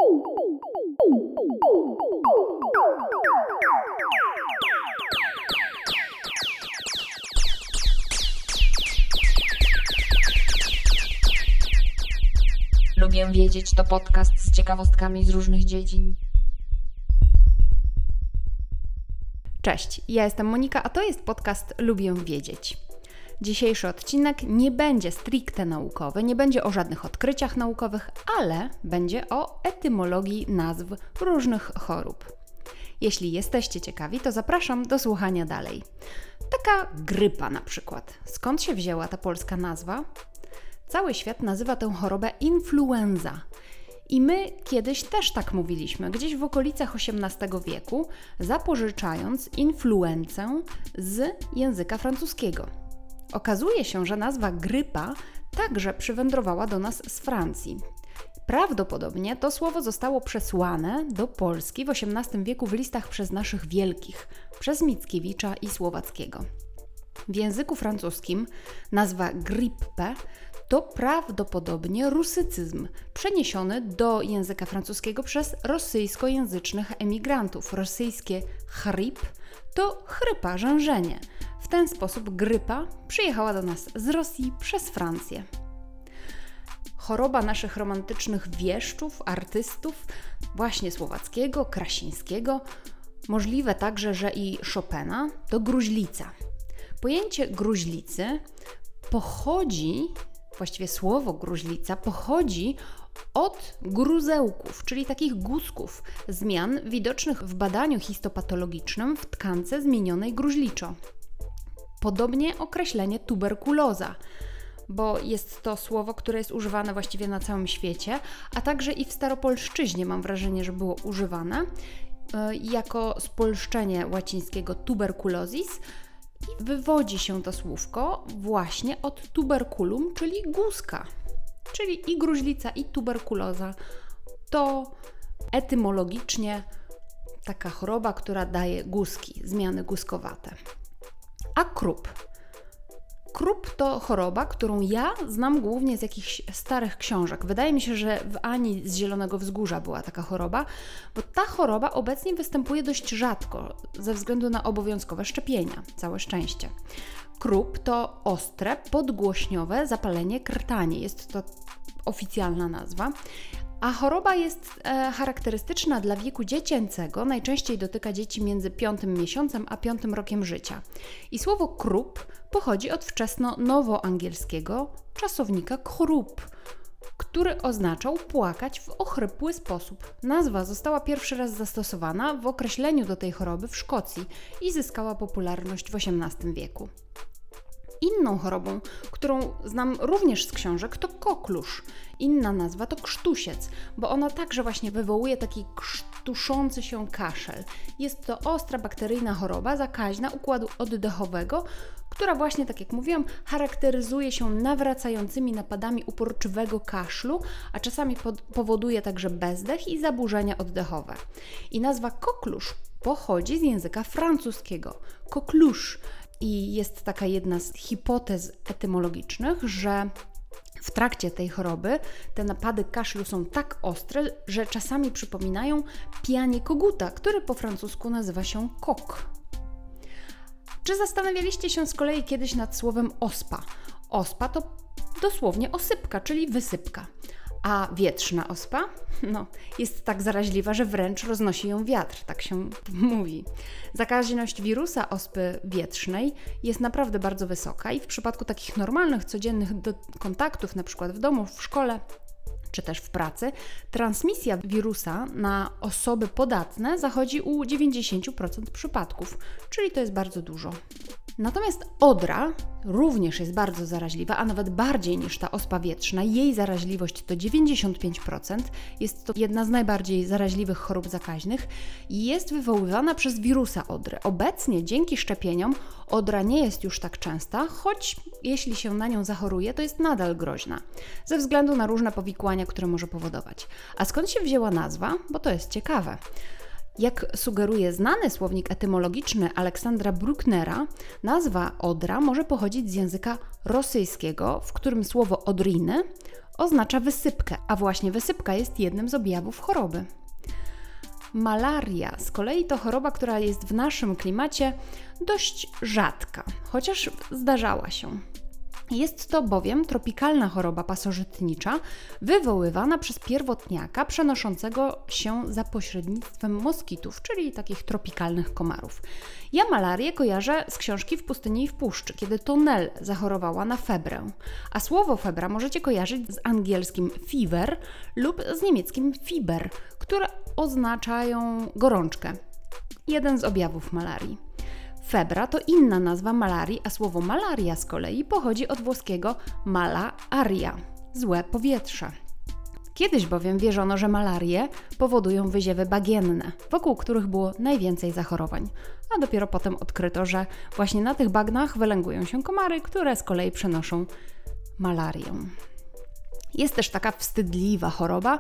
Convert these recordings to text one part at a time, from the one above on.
Lubię wiedzieć to podcast z ciekawostkami z różnych dziedzin. Cześć, ja jestem Monika, a to jest podcast Lubię wiedzieć. Dzisiejszy odcinek nie będzie stricte naukowy, nie będzie o żadnych odkryciach naukowych, ale będzie o etymologii nazw różnych chorób. Jeśli jesteście ciekawi, to zapraszam do słuchania dalej. Taka grypa na przykład. Skąd się wzięła ta polska nazwa? Cały świat nazywa tę chorobę influenza. I my kiedyś też tak mówiliśmy, gdzieś w okolicach XVIII wieku, zapożyczając influencę z języka francuskiego. Okazuje się, że nazwa grypa także przywędrowała do nas z Francji. Prawdopodobnie to słowo zostało przesłane do Polski w XVIII wieku w listach przez naszych wielkich, przez Mickiewicza i Słowackiego. W języku francuskim nazwa grippe to prawdopodobnie rusycyzm przeniesiony do języka francuskiego przez rosyjskojęzycznych emigrantów. Rosyjskie chryp to chrypa, rzężenie. W ten sposób grypa przyjechała do nas z Rosji przez Francję. Choroba naszych romantycznych wieszczów, artystów, właśnie Słowackiego, Krasińskiego, możliwe także, że i Chopina, to gruźlica. Pojęcie gruźlicy pochodzi, właściwie słowo gruźlica pochodzi od gruzełków, czyli takich guzków, zmian widocznych w badaniu histopatologicznym w tkance zmienionej gruźliczo. Podobnie określenie tuberkuloza, bo jest to słowo, które jest używane właściwie na całym świecie, a także i w staropolszczyźnie mam wrażenie, że było używane jako spolszczenie łacińskiego tuberculosis. I wywodzi się to słówko właśnie od tuberculum, czyli guzka. Czyli i gruźlica, i tuberkuloza to etymologicznie taka choroba, która daje guzki, zmiany guzkowate. A krup. Krup to choroba, którą ja znam głównie z jakichś starych książek. Wydaje mi się, że w Ani z Zielonego Wzgórza była taka choroba, bo ta choroba obecnie występuje dość rzadko ze względu na obowiązkowe szczepienia. Całe szczęście. Krup to ostre, podgłośniowe zapalenie krtani. Jest to oficjalna nazwa. A choroba jest charakterystyczna dla wieku dziecięcego, najczęściej dotyka dzieci między 5 miesiącem a 5 rokiem życia. I słowo krup pochodzi od wczesno-nowoangielskiego czasownika krup, który oznaczał płakać w ochrypły sposób. Nazwa została pierwszy raz zastosowana w określeniu do tej choroby w Szkocji i zyskała popularność w XVIII wieku. Inną chorobą, którą znam również z książek, to koklusz. Inna nazwa to krztusiec, bo ona także właśnie wywołuje taki krztuszący się kaszel. Jest to ostra bakteryjna choroba zakaźna układu oddechowego, która właśnie, tak jak mówiłam, charakteryzuje się nawracającymi napadami uporczywego kaszlu, a czasami powoduje także bezdech i zaburzenia oddechowe. I nazwa koklusz pochodzi z języka francuskiego. Coqueluche. I jest taka jedna z hipotez etymologicznych, że w trakcie tej choroby te napady kaszlu są tak ostre, że czasami przypominają pijanie koguta, który po francusku nazywa się coq. Czy zastanawialiście się z kolei kiedyś nad słowem ospa? Ospa to dosłownie osypka, czyli wysypka. A wietrzna ospa? No, jest tak zaraźliwa, że wręcz roznosi ją wiatr, tak się mówi. Zakaźność wirusa ospy wietrznej jest naprawdę bardzo wysoka i w przypadku takich normalnych, codziennych kontaktów, na przykład w domu, w szkole, czy też w pracy, transmisja wirusa na osoby podatne zachodzi u 90% przypadków, czyli to jest bardzo dużo. Natomiast odra również jest bardzo zaraźliwa, a nawet bardziej niż ta ospa wietrzna. Jej zaraźliwość to 95%. Jest to jedna z najbardziej zaraźliwych chorób zakaźnych i jest wywoływana przez wirusa odry. Obecnie dzięki szczepieniom odra nie jest już tak częsta, choć jeśli się na nią zachoruje, to jest nadal groźna, ze względu na różne powikłania, które może powodować. A skąd się wzięła nazwa? Bo to jest ciekawe. Jak sugeruje znany słownik etymologiczny Aleksandra Brucknera, nazwa odra może pochodzić z języka rosyjskiego, w którym słowo odriny oznacza wysypkę, a właśnie wysypka jest jednym z objawów choroby. Malaria z kolei to choroba, która jest w naszym klimacie dość rzadka, chociaż zdarzała się. Jest to bowiem tropikalna choroba pasożytnicza wywoływana przez pierwotniaka przenoszącego się za pośrednictwem moskitów, czyli takich tropikalnych komarów. Ja malarię kojarzę z książki W pustyni i w puszczy, kiedy to Nell zachorowała na febrę. A słowo febra możecie kojarzyć z angielskim fever lub z niemieckim Fieber, które oznaczają gorączkę. Jeden z objawów malarii. Febra to inna nazwa malarii, a słowo malaria z kolei pochodzi od włoskiego mala aria, złe powietrze. Kiedyś bowiem wierzono, że malarię powodują wyziewy bagienne, wokół których było najwięcej zachorowań, a dopiero potem odkryto, że właśnie na tych bagnach wylęgują się komary, które z kolei przenoszą malarię. Jest też taka wstydliwa choroba,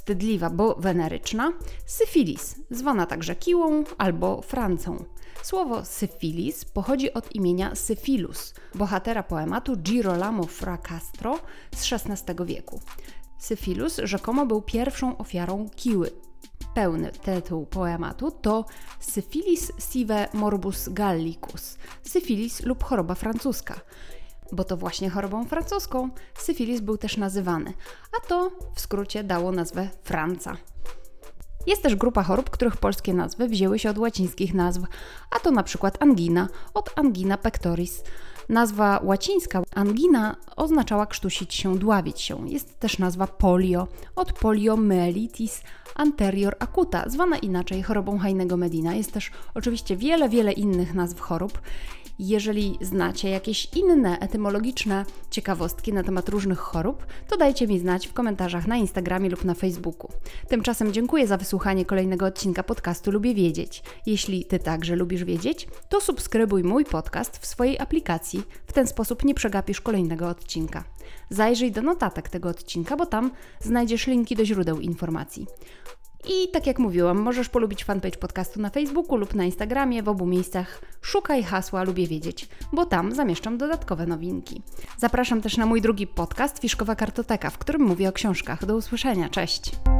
bo weneryczna, syfilis, zwana także kiłą albo francą. Słowo syfilis pochodzi od imienia Syfilus, bohatera poematu Girolamo fra Castro z XVI wieku. Syfilus rzekomo był pierwszą ofiarą kiły. Pełny tytuł poematu to Syfilis sive morbus gallicus, syfilis lub choroba francuska. Bo to właśnie chorobą francuską syfilis był też nazywany, a to w skrócie dało nazwę Franca. Jest też grupa chorób, których polskie nazwy wzięły się od łacińskich nazw, a to na przykład angina, od angina pectoris. Nazwa łacińska angina oznaczała krztusić się, dławić się. Jest też nazwa polio, od poliomyelitis anterior acuta, zwana inaczej chorobą Heinego Medina. Jest też oczywiście wiele innych nazw chorób. Jeżeli znacie jakieś inne etymologiczne ciekawostki na temat różnych chorób, to dajcie mi znać w komentarzach na Instagramie lub na Facebooku. Tymczasem dziękuję za wysłuchanie kolejnego odcinka podcastu Lubię Wiedzieć. Jeśli Ty także lubisz wiedzieć, to subskrybuj mój podcast w swojej aplikacji. W ten sposób nie przegapisz kolejnego odcinka. Zajrzyj do notatek tego odcinka, bo tam znajdziesz linki do źródeł informacji. I tak jak mówiłam, możesz polubić fanpage podcastu na Facebooku lub na Instagramie. W obu miejscach szukaj hasła Lubię Wiedzieć, bo tam zamieszczam dodatkowe nowinki. Zapraszam też na mój drugi podcast Fiszkowa Kartoteka, w którym mówię o książkach. Do usłyszenia, cześć!